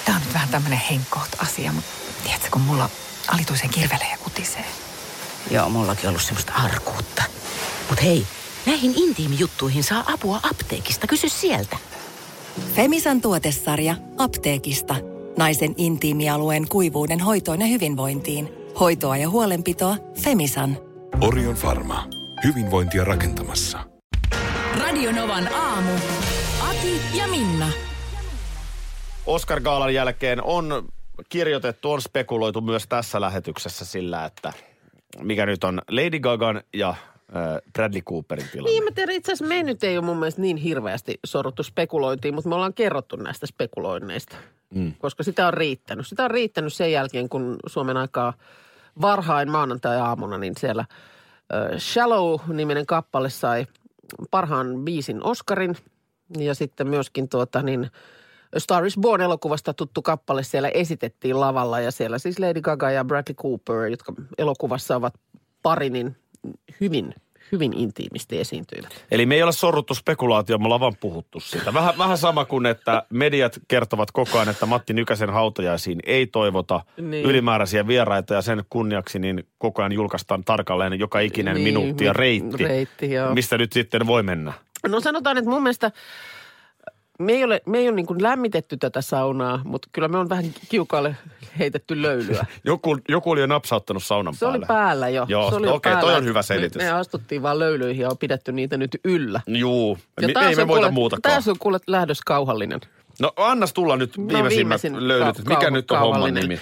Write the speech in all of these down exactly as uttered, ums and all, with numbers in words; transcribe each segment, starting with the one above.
Tää on nyt vähän tämmönen henkkoht-asia, mutta tiedätkö, kun mulla alituisen kirvelee ja kutisee. Joo, mullakin ollut semmoista arkuutta. Mut hei, näihin intiimijuttuihin saa apua apteekista. Kysy sieltä. Femisan tuotesarja apteekista. Naisen intiimialueen kuivuuden hoitoon ja hyvinvointiin. Hoitoa ja huolenpitoa Femisan. Orion Pharma. Hyvinvointia rakentamassa. Radionovan aamu. Ati ja Minna. Oscar-gaalan jälkeen on kirjoitettu, on spekuloitu myös tässä lähetyksessä sillä, että mikä nyt on Lady Gagan ja äh, Bradley Cooperin tilanne. Niin, mä tiedän, itse asiassa me nyt ei ole mun mielestä niin hirveästi sorruttu spekulointiin, mutta me ollaan kerrottu näistä spekuloinneista, mm. koska sitä on riittänyt. Sitä on riittänyt sen jälkeen, kun Suomen aikaa varhain maanantai-aamuna, niin siellä äh, Shallow-niminen kappale sai parhaan biisin Oscarin ja sitten myöskin tuota niin A Star is Born-elokuvasta tuttu kappale siellä esitettiin lavalla ja siellä siis Lady Gaga ja Bradley Cooper, jotka elokuvassa ovat pari, niin hyvin, hyvin intiimisti esiintyivät. Eli me ei ole sorruttu spekulaatioon, me ollaan vaan puhuttu siitä. Vähän, vähän sama kuin, että mediat kertovat koko ajan, että Matti Nykäsen hautajaisiin ei toivota niin ylimääräisiä vieraita ja sen kunniaksi niin koko ajan julkaistaan tarkalleen joka ikinen niin, minuutti ja reitti, reitti mistä nyt sitten voi mennä. No sanotaan, että mun mielestä me ei ole, me ei ole niin kuin lämmitetty tätä saunaa, mutta kyllä me on vähän kiukaalle heitetty löylyä. joku, joku oli jo napsauttanut saunan se päälle. Se oli päällä jo. Joo, okei, okay, toi on hyvä selitys. Me, me astuttiin vaan löylyihin ja on pidetty niitä nyt yllä. Juu, ja Mi- ei me voita muutakaan. Tässä on kuule lähdös kauhallinen. No annas tulla nyt viimeisimmät no, löylyt. Ka- Mikä nyt on homman nimi?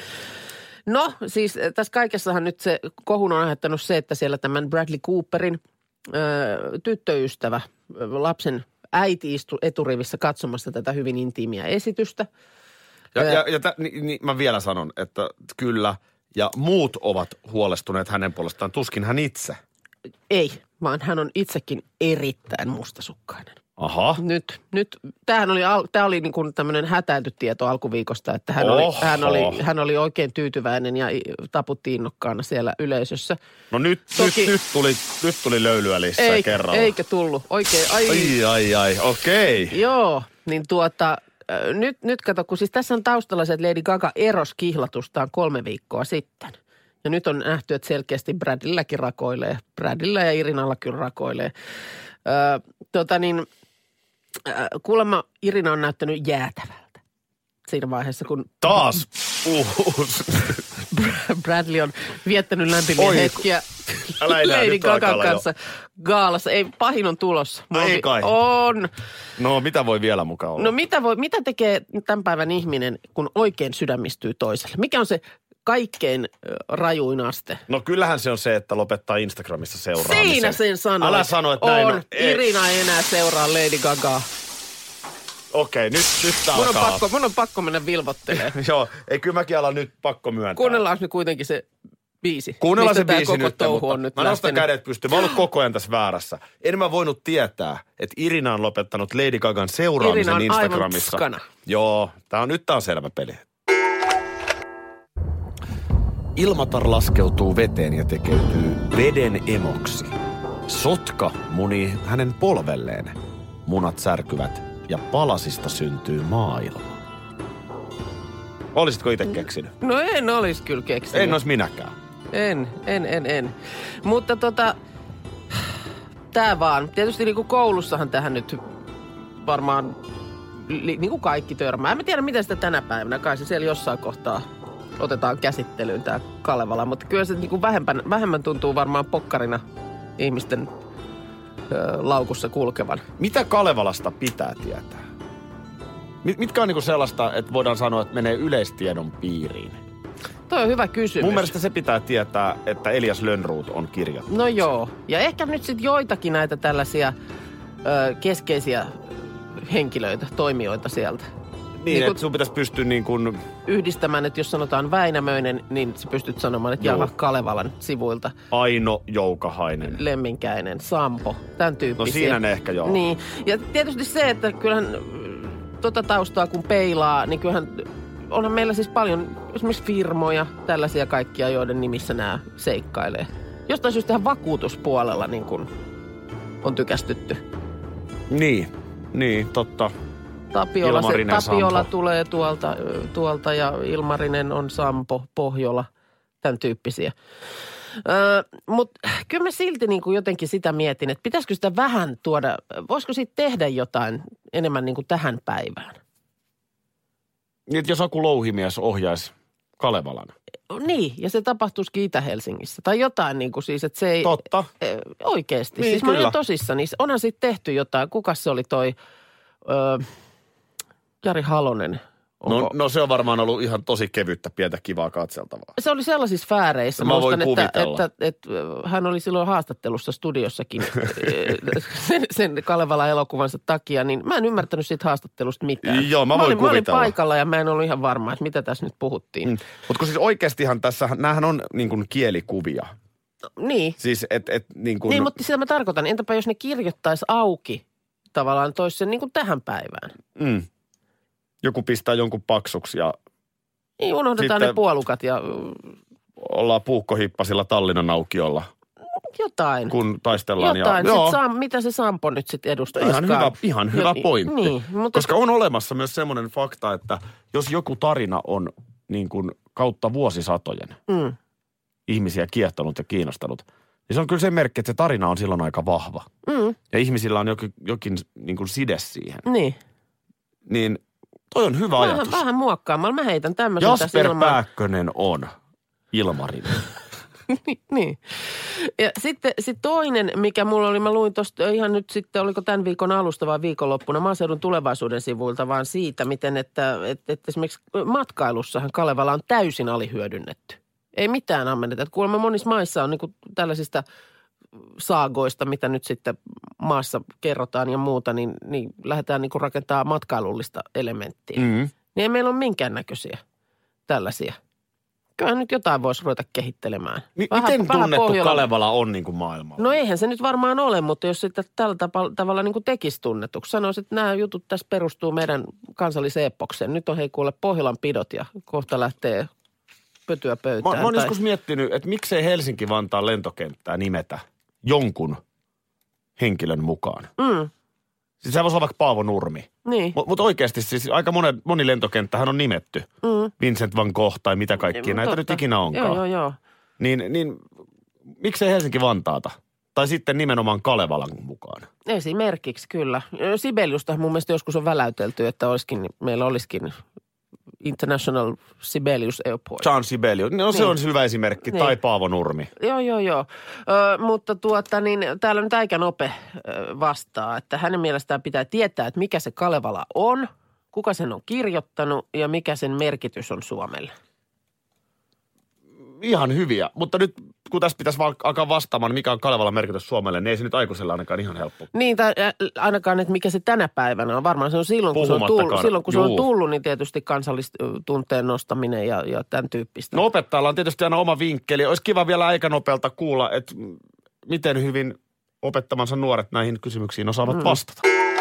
No siis tässä kaikessahan nyt se kohun on aiheuttanut se, että siellä tämän Bradley Cooperin ö, tyttöystävä, lapsen äiti istui eturivissä katsomassa tätä hyvin intiimiä esitystä. Ja, ja, ja tä, niin, niin mä vielä sanon, että kyllä, ja muut ovat huolestuneet hänen puolestaan, tuskin hän itse. Ei, vaan hän on itsekin erittäin mustasukkainen. Aha. Nyt, nyt tämähän oli, tämä oli niin kuin tämmöinen hätäilty tieto alkuviikosta, että hän oli, hän, oli, hän oli oikein tyytyväinen ja taputti innokkaana siellä yleisössä. No nyt, Toki, nyt, nyt, tuli, nyt tuli löylyä lisää eik, kerralla. Eikä tullut, oikein. Ai, ai, ai, ai okei. Okay. Joo, niin tuota, nyt, nyt kato, kun siis tässä on taustalla se, että Lady Gaga erosi kihlatustaan kolme viikkoa sitten. Ja nyt on nähty, että selkeästi Bradilläkin rakoilee. Bradilla ja Irinalla kyllä rakoilee. Öö, tota niin, äh, kuulemma Irina on näyttänyt jäätävältä siinä vaiheessa, kun taas uus. Bradley on viettänyt lämpimiä Oi, hetkiä Lady Gagan kanssa jo gaalassa. Ei, pahin on tulossa. Ei kai. On. No mitä voi vielä mukaan olla? No mitä, voi, mitä tekee tämän päivän ihminen, kun oikein sydämistyy toiselle? Mikä on se kaikkein rajuin aste? No kyllähän se on se, että lopettaa Instagramissa seuraamisen. Siinä sen sanoit. Älä sano, että näin on. on. Irina ei enää seuraa Lady Gagaa. Okei, nyt, nyt tää mun on, alkaa. pakko, mun on pakko mennä vilvottelemaan. Joo, ei kyllä mäkin ala nyt pakko myöntää. Kuunnellaan nyt kuitenkin se biisi. Kuunnellaan se biisi koko nyt, mutta on nyt mä nostan kädet pystyyn. Mä oon ollut koko ajan tässä väärässä. En mä voinut tietää, että Irina on lopettanut Lady Gagan seuraamisen Irina on Instagramissa. Aivan Joo, tää on, nyt tää on selvä peli. Ilmatar laskeutuu veteen ja tekeytyy veden emoksi. Sotka munii hänen polvelleen. Munat särkyvät ja palasista syntyy maailma. Olisitko itse keksinyt? No en olisi kyllä keksinyt. En olisi minäkään. En, en, en, en. Mutta tota, tää vaan. Tietysti niin kuin koulussahan tähän nyt varmaan li, niin kuin kaikki törmää. En mä tiedä, miten sitä tänä päivänä. Kai se siellä jossain kohtaa otetaan käsittelyyn tää Kalevala. Mutta kyllä se niin kuin vähemmän, vähemmän tuntuu varmaan pokkarina ihmisten ö, laukussa kulkevan. Mitä Kalevalasta pitää tietää? Mitkä on niinku sellaista, että voidaan sanoa, että menee yleistiedon piiriin? Toi on hyvä kysymys. Mun mielestä se pitää tietää, että Elias Lönnroth on kirjoittanut. No joo. Ja ehkä nyt sitten joitakin näitä tällaisia ö, keskeisiä henkilöitä, toimijoita sieltä. Niin, niin että sun pitäisi pystyä niin kuin yhdistämään, että jos sanotaan Väinämöinen, niin sä pystyt sanomaan, että jaha Kalevalan sivuilta. Aino Joukahainen. Lemminkäinen, Sampo, tämän tyyppisiä. No siinä ne ehkä joo. Niin, ja tietysti se, että kyllähän tota taustaa kun peilaa, niin kyllähän onhan meillä siis paljon esimerkiksi firmoja, tällaisia kaikkia, joiden nimissä nämä seikkailee. Jostain syystä ihan vakuutuspuolella niin kuin on tykästytty. Niin, niin, totta. Tapiola, se, Ilmarinen, Tapiola Sampo. tulee tuolta, tuolta ja Ilmarinen on Sampo, Pohjola, tämän tyyppisiä. Öö, Mutta kyllä mä silti niin kuin jotenkin sitä mietin, että pitäisikö sitä vähän tuoda, voisiko siitä tehdä jotain enemmän niin kuin tähän päivään? Niin, että jos Aku Louhimies ohjaisi Kalevalan. Niin, ja se tapahtuisikin Itä-Helsingissä. Tai jotain niin kuin siis, että se ei... Totta. E, oikeasti. Niin, siis mä kyllä. olen tosissani. Onhan sitten tehty jotain. Kukas se oli toi öö, Jari Halonen? No, no se on varmaan ollut ihan tosi kevyttä, pientä, kivaa katseltavaa. Se oli sellaisissa fääreissä. Mä voin muistan, että, kuvitella. että, että, että hän oli silloin haastattelussa studiossakin sen, sen Kalevala elokuvansa takia, niin mä en ymmärtänyt siitä haastattelusta mitään. Joo, mä voin olin, mä olin kuvitella. paikalla ja mä en ollut ihan varma, että mitä tässä nyt puhuttiin. Mm. Mutta kun siis oikeastihan tässä, näähän on niin kuin kielikuvia. Niin. Siis et, et niin kuin... Niin, mutta sitä mä tarkoitan. Entäpä jos ne kirjoittaisi auki tavallaan toisi sen niin kuin tähän päivään. Mm. Joku pistää jonkun paksuksi ja Niin, unohdetaan Sitten- ne puolukat ja ollaan puukkohippasilla Tallinnan aukiolla, jotain. kun taistellaan. Jotain. Ja, Sit joo, saa, mitä se Sampo nyt sitten edustaa? ihan hyvä, ihan hyvä pointti. Niin, mutta Koska on olemassa myös semmoinen fakta, että jos joku tarina on niin kuin kautta vuosisatojen mm, ihmisiä kiehtonut ja kiinnostanut, niin se on kyllä se merkki, että se tarina on silloin aika vahva. mm, Ja ihmisillä on jokin, jokin niin kuin side siihen. niin. Niin toi on hyvä Vähän, ajatus. vähän muokkaamalla. Mä heitän tämmöisen tässä Jasper ilmaan. Pääkkönen on Ilmarinen. Niin. Ja sitten sit toinen, mikä mulla oli, mä luin tuosta ihan nyt sitten, oliko tämän viikon alusta vai viikonloppuna, Maaseudun Tulevaisuuden sivuilta, vaan siitä, miten, että, että, että esimerkiksi matkailussahan Kalevala on täysin alihyödynnetty. Ei mitään ammenneta. Kuulemma monissa maissa on niin kuin tällaisista saagoista, mitä nyt sitten maassa kerrotaan ja muuta, niin, niin lähdetään niin kuin rakentamaan matkailullista elementtiä. Mm. Niin ei meillä ole minkäännäköisiä tällaisia. Kyllähän nyt jotain voisi ruveta kehittelemään. Mi- Vähän- miten vähän tunnettu Pohjolan- Kalevala on niin kuin maailmalla? No eihän se nyt varmaan ole, mutta jos sitä tällä tapa, tavalla niin kuin tekisi tunnetuksi. Sanoisi, että nämä jutut tässä perustuu meidän kansalliseen epokseen. Nyt on hei kuule Pohjolan pidot ja kohta lähtee pötyä Mä, pöytään. mä oon tai- joskus miettinyt, että miksei Helsinki-Vantaan lentokenttää nimetä jonkun henkilön mukaan. Mm, Siis se voisi olla vaikka Paavo Nurmi. niin. Mutta mut oikeasti siis aika monen, moni lentokenttähän on nimetty. Mm. Vincent van Gogh tai mitä kaikkia näitä Totta. nyt ikinä onkaan. Joo, joo, joo. Niin, niin miksei Helsinki-Vantaata? Tai sitten nimenomaan Kalevalan mukaan. Esimerkiksi kyllä. Sibeliusta mun mielestä joskus on väläytelty, että olisikin, meillä olisikin International Sibelius Airport. Jean Sibelius, no se Niin. on hyvä esimerkki. Niin. Tai Paavo Nurmi. Joo, joo, joo. Ö, mutta tuota niin, täällä nyt Äikänope ö, vastaa, että hänen mielestään pitää tietää, että mikä se Kalevala on, kuka sen on kirjoittanut ja mikä sen merkitys on Suomelle. Ihan hyviä, mutta nyt kun tässä pitäisi vaan alkaa vastaamaan, niin mikä on Kalevalan merkitys Suomelle, niin ei se nyt aikuisella ainakaan ihan helppo. Niin, tai ä, ainakaan, että mikä se tänä päivänä on. Varmaan se on silloin, kun se on tullut, Puhumattakaan. silloin, kun se on Juu. tullut, niin tietysti kansallistunteen nostaminen ja, ja tämän tyyppistä. No opettajalla on tietysti aina oma vinkkeli. Olisi kiva vielä Äikänopealta kuulla, että miten hyvin opettamansa nuoret näihin kysymyksiin osaavat mm. vastata.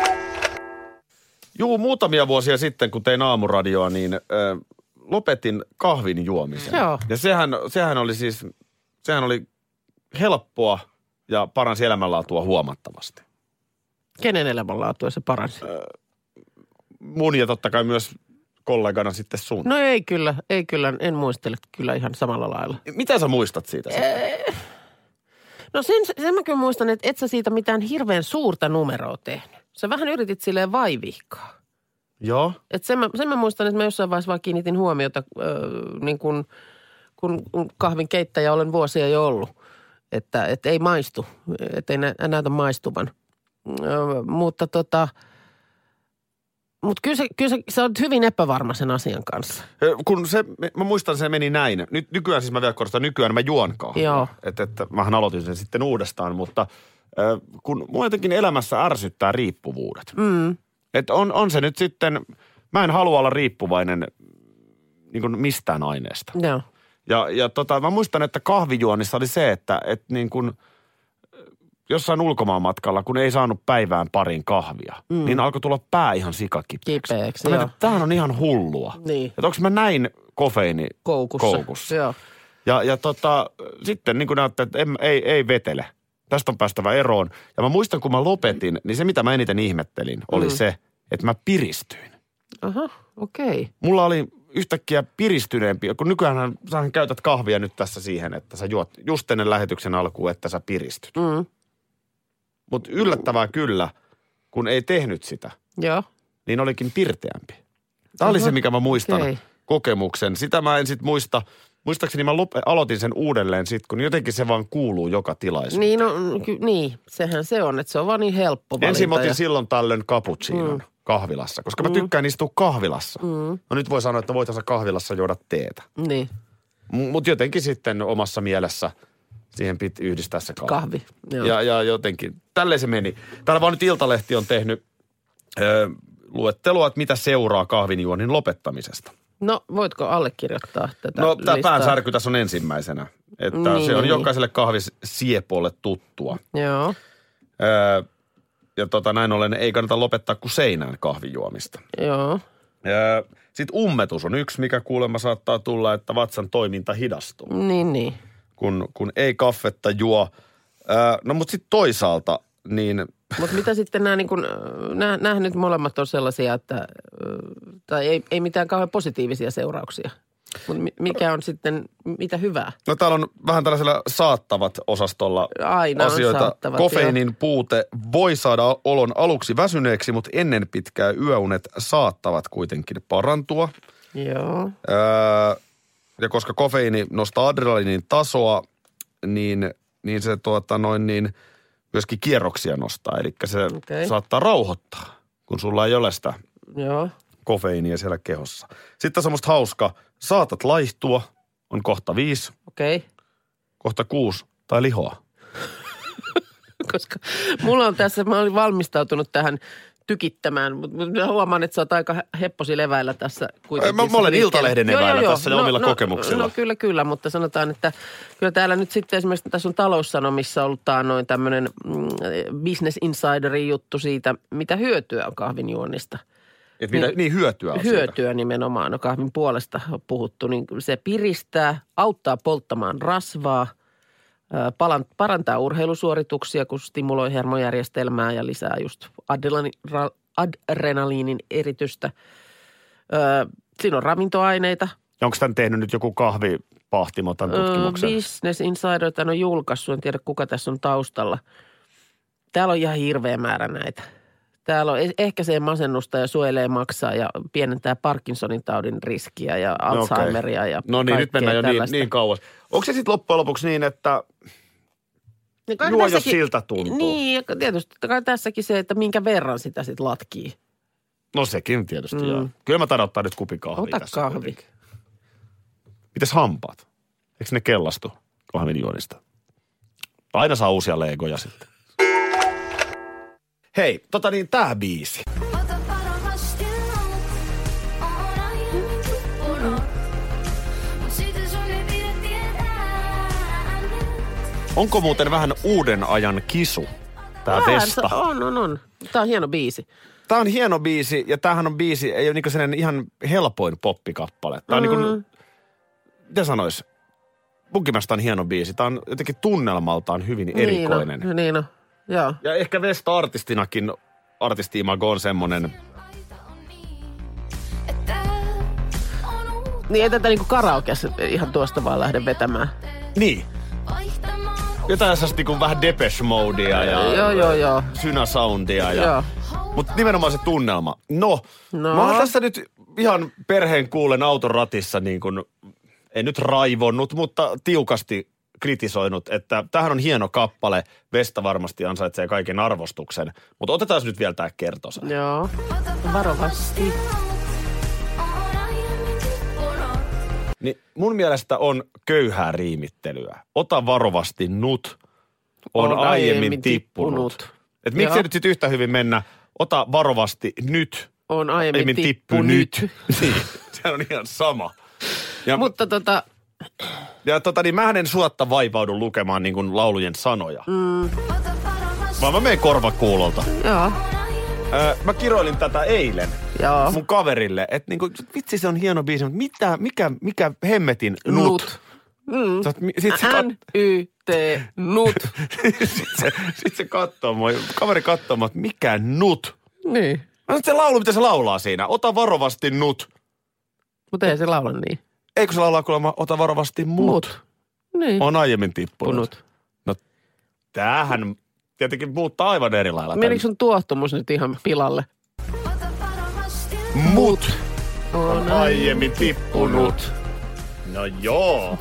Juu, muutamia vuosia sitten, kun tein aamuradioa, niin ö, lopetin kahvin juomisen. Joo. Ja sehän, sehän oli siis, sehän oli helppoa ja paransi elämänlaatua huomattavasti. Kenen elämänlaatua se paransi? Mun ja totta kai myös kollegana sitten sun. No ei kyllä, ei kyllä, en muistele kyllä ihan samalla lailla. Mitä sä muistat siitä? sitten? No sen, sen mä kyllä muistan, että et sä siitä mitään hirveän suurta numeroa tehnyt. Sä vähän yritit silleen vaivihkaa. Joo. Et sen, mä, sen mä muistan, että mä jossain vaiheessa vaan kiinnitin huomiota, öö, niin kun, kun kahvin keittäjä olen vuosia jo ollut, että et ei maistu, että ei nä, näytä maistuvan. Öö, mutta tota, mut kyllä, se, kyllä se, sä oot hyvin epävarma sen asian kanssa. Ö, Kun se, mä muistan, se meni näin. Nyt nykyään siis mä vielä korostan, nykyään mä juon kahvia. Joo. Että, että mähän aloitin sen sitten uudestaan, mutta ö, kun mua jotenkin elämässä ärsyttää riippuvuudet. Mm. Että on, on se nyt sitten, mä en halua olla riippuvainen niin kuin mistään aineesta. Joo. Ja, ja tota, mä muistan, että kahvijuonnissa oli se, että, että niin kuin jossain ulkomaanmatkalla, kun ei saanut päivään parin kahvia, mm. niin alkoi tulla pää ihan sikakipeäksi. Kipeäksi, Mä joo. mietin, että tämähän on ihan hullua. Niin. Että onko mä näin kofeiini Koukussa. koukussa. Joo. Ja, ja tota, sitten niin kuin näyttää, että en, ei, ei vetele. Tästä on päästävä eroon. Ja mä muistan, kun mä lopetin, niin se mitä mä eniten ihmettelin oli Mm. se, että mä piristyin. Aha, okei. Okay. Mulla oli yhtäkkiä piristyneempi, kun nykyään sähän käytät kahvia nyt tässä siihen, että sä juot just ennen lähetyksen alkuun, että sä piristyt. Mm. Mutta yllättävää kyllä, kun ei tehnyt sitä, Joo. niin olikin pirteämpi. Tämä oli se, mikä mä muistan okay. kokemuksen. Sitä mä en sit muista. Muistaakseni mä lope, aloitin sen uudelleen sit, kun jotenkin se vaan kuuluu joka tilaisuuteen. Niin, no, ky- niin, sehän se on, että se on vaan niin helppo valinta. Ensin mä otin ja... silloin tällöin cappuccinon mm. kahvilassa, koska mä Mm. tykkään istua kahvilassa. Mm. No nyt voi sanoa, että voitaisiin kahvilassa juoda teetä. Niin. Mutta jotenkin sitten omassa mielessä siihen piti yhdistää se kahvi. Kahvi, joo. Ja, ja jotenkin, tälleen se meni. Täällä vaan nyt Iltalehti on tehnyt ö, luettelua, että mitä seuraa kahvinjuonnin lopettamisesta. No, voitko allekirjoittaa tätä No, tämä listaa? päänsärky tässä on ensimmäisenä. Että Niin, se on niin. jokaiselle kahvissiepolle tuttua. Joo, Öö, ja tota, näin ollen ei kannata lopettaa kuin seinään kahvijuomista. joo. Öö, Sitten ummetus on yksi, mikä kuulemma saattaa tulla, että vatsan toiminta hidastuu, Niin, niin. kun, kun ei kaffetta juo. Öö, no mutta sitten toisaalta, niin Mutta mitä sitten nämä, niin kun, nämä, nämä nyt molemmat on sellaisia, että, tai ei, ei mitään kauhean positiivisia seurauksia. Mutta mikä on sitten, mitä hyvää? no täällä on vähän tällaisella saattavat osastolla Aina on asioita. saattavat, Kofeiinin joo. puute voi saada olon aluksi väsyneeksi, mutta ennen pitkää yöunet saattavat kuitenkin parantua. Joo. Öö, ja koska kofeiini nostaa adrenaliinin tasoa, niin, niin se tuota noin niin myöskin kierroksia nostaa. Eli se Okei. saattaa rauhoittaa, kun sulla ei ole sitä Joo. kofeiinia siellä kehossa. Sitten tässä on musta hauska. Saatat laihtua, on kohta viisi, Okei. Okay. kohta kuusi tai lihoa. Koska mulla on tässä, mä olin valmistautunut tähän tykittämään, mutta mä huomaan, että sä oot aika hepposi leväillä tässä kuitenkin. Mä, mä olen Iltalehden Joo, eväillä joo, joo. tässä ja omilla no, kokemuksilla. No kyllä, kyllä, mutta sanotaan, että kyllä täällä nyt sitten esimerkiksi tässä on Taloussanomissa ollut noin tämmöinen mm, Business Insiderin juttu siitä, mitä hyötyä on kahvinjuonnista. Et mitä, niin, niin hyötyä on Hyötyä siitä. nimenomaan, no kahvin puolesta on puhuttu, niin se piristää, auttaa polttamaan rasvaa, palan- parantaa urheilusuorituksia, kun stimuloi hermojärjestelmää ja lisää just adrenali- ra- adrenaliinin eritystä. Öö, siinä on ravintoaineita. Onko tämän tehnyt nyt joku kahvipahtimo tämän tutkimuksen? Öö, Business Insider tämän on julkaissut, en tiedä kuka tässä on taustalla. Täällä on ihan hirveä määrä näitä. Täällä on ehkäisee masennusta ja suojelee maksaa ja pienentää Parkinsonin taudin riskiä ja Alzheimeria okay. ja No niin, nyt mennään jo niin, niin kauas. Onko se sitten loppujen lopuksi niin, että Ja kai juo jos tässäkin- siltä tuntuu? Niin, ja tietysti kai tässäkin se, että minkä verran sitä sitten latkii. No sekin tietysti, Mm. joo. Kyllä mä taidon ottaa nyt kupin kahvia Ota tässä kahvi. kuitenkin. Mites hampaat? Eikö ne kellastu kahvinjuonista? Aina saa uusia legoja sitten. Hei, tota niin, tää biisi. Ota varovasti muut, on aiemmin tippunut, mut siitä sun ei pidä tietää nyt. Onko muuten vähän uuden ajan kisu, tää Vähän Vesta? se On, on, on. Tämä on hieno biisi. Tää on hieno biisi ja tämähän on biisi, ei ole niinku sellainen ihan helpoin poppikappale. Tää on Mm. niinku, mitä sanois? Munkin mielestä on hieno biisi. Tää on jotenkin tunnelmaltaan hyvin erikoinen. Niin on, niin on. Joo. Ja ehkä Vesta artistinakin, artisti-imago on semmonen, Niin ei tätä niinku karaokeassa ihan tuosta vaan lähde vetämään. niin, jotain sellaista niinku vähän Depeche Modea ja Joo, joo, joo. Synä-soundia. Ja, Joo. mutta nimenomaan se tunnelma. No, No. mä oon tässä nyt ihan perheen kuulen auton ratissa niin kuin, en nyt raivonnut, mutta tiukasti kritisoinut, että tämähän on hieno kappale. Vesta varmasti ansaitsee kaiken arvostuksen. Mutta otetaan nyt vielä tää kertosa. Joo. Varovasti. Niin mun mielestä on köyhää riimittelyä. Ota varovasti nut, on, On aiemmin, aiemmin tippunut. tippunut. Et miksi Joo. ei nyt sit yhtä hyvin mennä, ota varovasti nyt, On aiemmin, aiemmin tippu tippu nyt. nyt. Niin, se on ihan sama. Ja, Mutta tota, ja tota niin, mähän en suotta vaivaudu lukemaan niin kuin laulujen sanoja. Mm. Vaan mä menen korvakuulolta. joo, Öö, mä kiroilin tätä eilen joo. mun kaverille, että niinku, vitsi se on hieno biisi, mutta mitä, mikä, mikä hemmetin nut? Nut. Mm. Sä oot mi- Sit se, kat- N-Y-T, nut. sit se, sit se kattoo mua, kaveri kattoo mua, että mikä nut? Niin. No se laulu, mitä se laulaa siinä. Ota varovasti nut. Mutta ei se laula niin. Eikö se laulaa kuulemma ota varovasti mut? Mut. Niin. On aiemmin tippunut. Punut. No tämähän tietenkin muuttaa aivan eri lailla. Menikö sun tuohtumus nyt ihan pilalle? Mut on aiemmin tippunut. No joo.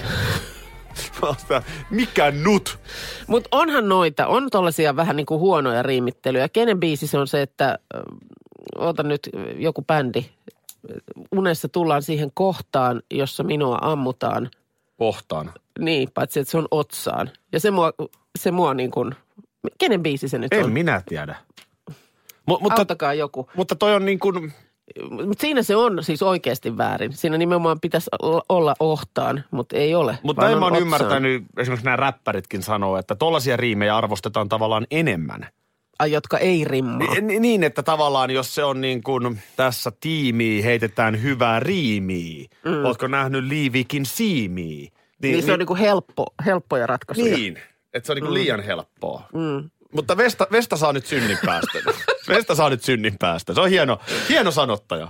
Mikä nut? Mutta onhan noita, on tollaisia vähän niin kuin huonoja riimittelyjä. Kenen biisi se on se, että äh, ota nyt joku bändi. Unessa tullaan siihen kohtaan, jossa minua ammutaan. Kohtaan. Niin, paitsi että se on otsaan. Ja se mua, se mua niin kuin, kenen biisi se nyt en on? En minä tiedä. M- mutta, Auttakaa joku. Mutta toi on niin kuin... Mutta siinä se on siis oikeasti väärin. Siinä nimenomaan pitäisi olla ohtaan, mutta ei ole. Mutta näin mä oon ymmärtänyt, esimerkiksi nämä räppäritkin sanoo, että tollaisia riimejä arvostetaan tavallaan enemmän. Ai, jotka ei rimmaa. Niin, niin, että tavallaan jos se on niin kuin tässä tiimiä heitetään hyvää riimiä. Mm. Ootko nähnyt Liivikin siimiä? Niin, niin, niin se on niin kuin helppo, helppoja ratkaisuja. Niin, että se on niin kuin mm. liian helppoa. Mm. Mutta Vesta, Vesta saa nyt synnin päästä. Vesta saa nyt synnin päästä. Se on hieno, hieno sanottaja.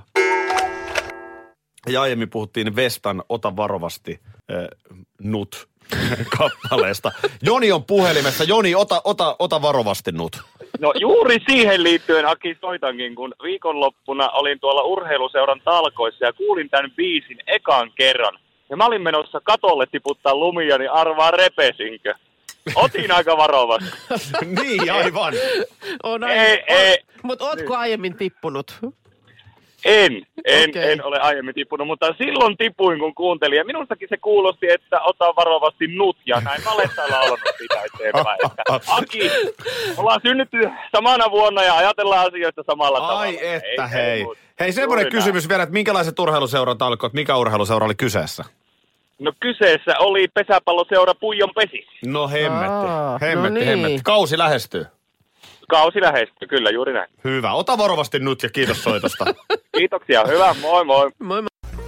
Ja aiemmin puhuttiin Vestan Ota varovasti äh, nut kappaleesta. Joni on puhelimessa. Joni, ota, ota, ota varovasti nut. No juuri siihen liittyen, Aki, soitankin, kun viikonloppuna olin tuolla urheiluseuran talkoissa ja kuulin tämän biisin ekan kerran. Ja mä olin menossa katolle tiputtaa lumia, niin arvaa repesinkö. Otin aika varovasti. Niin, aivan. On aivan. Ei, ei. Mutta ootko aiemmin tippunut? En, en, okay. en ole aiemmin tippunut, mutta silloin tipuin, kun kuuntelin. Ja minustakin se kuulosti, että ota varovasti nut, ja näin mä olen laulanut sitä eteenpäin. Aki, ollaan synnytty samana vuonna ja ajatellaan asioista samalla Ai tavalla. Ai että ei, hei. Ei, hei, semmoinen kysymys vielä, että minkälaiset urheiluseurat alkoivat? Mikä urheiluseura oli kyseessä? No kyseessä oli pesäpalloseura Puijon Pesis. No hemmetti, Aa, hemmetti, no niin. hemmetti. Kausi lähestyy. Kausi lähestyy, kyllä juuri näin. Hyvä, ota varovasti nyt ja kiitos soitosta. Kiitoksia, hyvä, moi moi. Moi moi.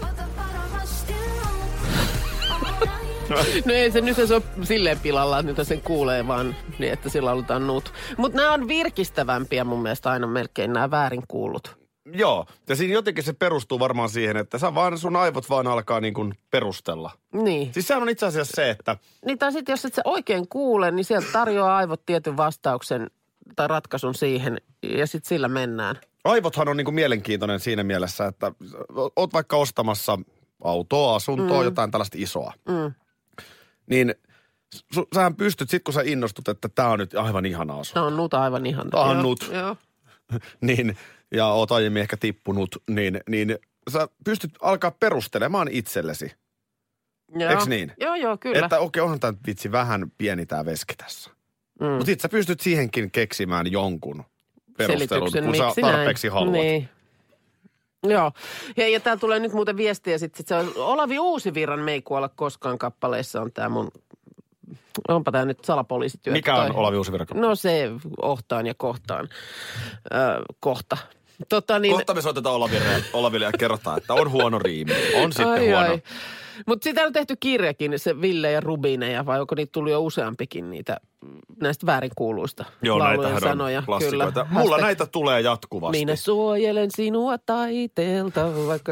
No ei se nyt se ole silleen pilalla, että nyt sen kuulee vaan niin, että sillä lauletaan nut. Mutta nämä on virkistävämpiä mun mielestä aina melkein nämä väärin kuullut. Joo, ja siinä jotenkin se perustuu varmaan siihen, että sä vaan, sun aivot vaan alkaa niin kuin perustella. Niin. Siis sehän on itse asiassa se, että... Niin tai sitten jos et sä oikein kuule, niin sieltä tarjoaa aivot tietyn vastauksen tai ratkaisun siihen ja sitten sillä mennään. Aivothan on niin kuin mielenkiintoinen siinä mielessä, että oot vaikka ostamassa autoa, asuntoa, mm. jotain tällaista isoa. Mm. Niin su, sähän pystyt sit, kun sä innostut, että tää on nyt aivan ihana asunto. Tää on nut aivan ihana. Tää on nut. Joo. niin, ja oot aiemmin ehkä tippunut, niin, niin sä pystyt alkaa perustelemaan itsellesi. Joo. Eiks niin? Joo, joo, kyllä. Että okei, okay, onhan tää vitsi vähän pieni tää veski tässä. Mm. Mutta sit sä pystyt siihenkin keksimään jonkun perustelun, selityksen, kun sä tarpeeksi näin? haluat. Niin. Joo. Ja, ja täällä tulee nyt muuten viestiä sitten, sit se on Olavi Uusivirran Me ei kuolla koskaan -kappaleissa on tää mun, onpa tää nyt salapoliisityö. Mikä on Olavi Uusivirran kappale? No se ohtaan ja kohtaan. Öö, kohta. Tota, niin... Kohta me soitetaan Olaville, Olaville ja kerrotaan, että on huono riimi. On sitten ai, huono. Ai. Mutta sitä on tehty kirjakin, se Ville ja Rubineja, vai onko niitä tullut jo useampikin niitä näistä väärinkuuluista Joo, laulujen näitähän sanoja. on klassikoita. Kyllä. Mulla Hashtag, näitä tulee jatkuvasti. minä suojelen sinua taiteelta, vaikka...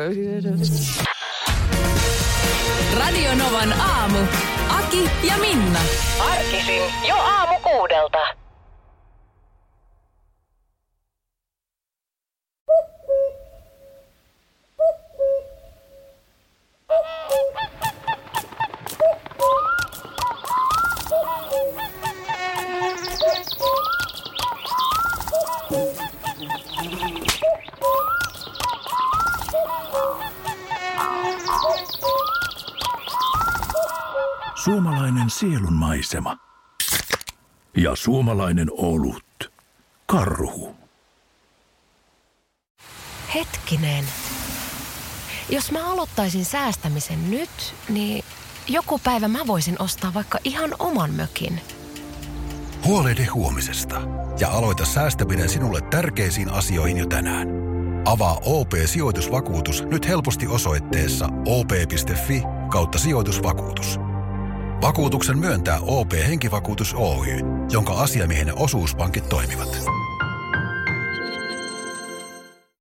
Radio Novan aamu. Aki ja Minna. Arkisin jo aamu kuudelta. Suomalainen sielunmaisema ja suomalainen olut. Karhu. Hetkinen. Jos mä aloittaisin säästämisen nyt, niin joku päivä mä voisin ostaa vaikka ihan oman mökin. Huolehdi huomisesta ja aloita säästäminen sinulle tärkeisiin asioihin jo tänään. Avaa O P-sijoitusvakuutus nyt helposti osoitteessa o p piste f i kautta sijoitusvakuutus. Vakuutuksen myöntää O P-henkivakuutus Oy, jonka asiamiehen osuuspankit toimivat.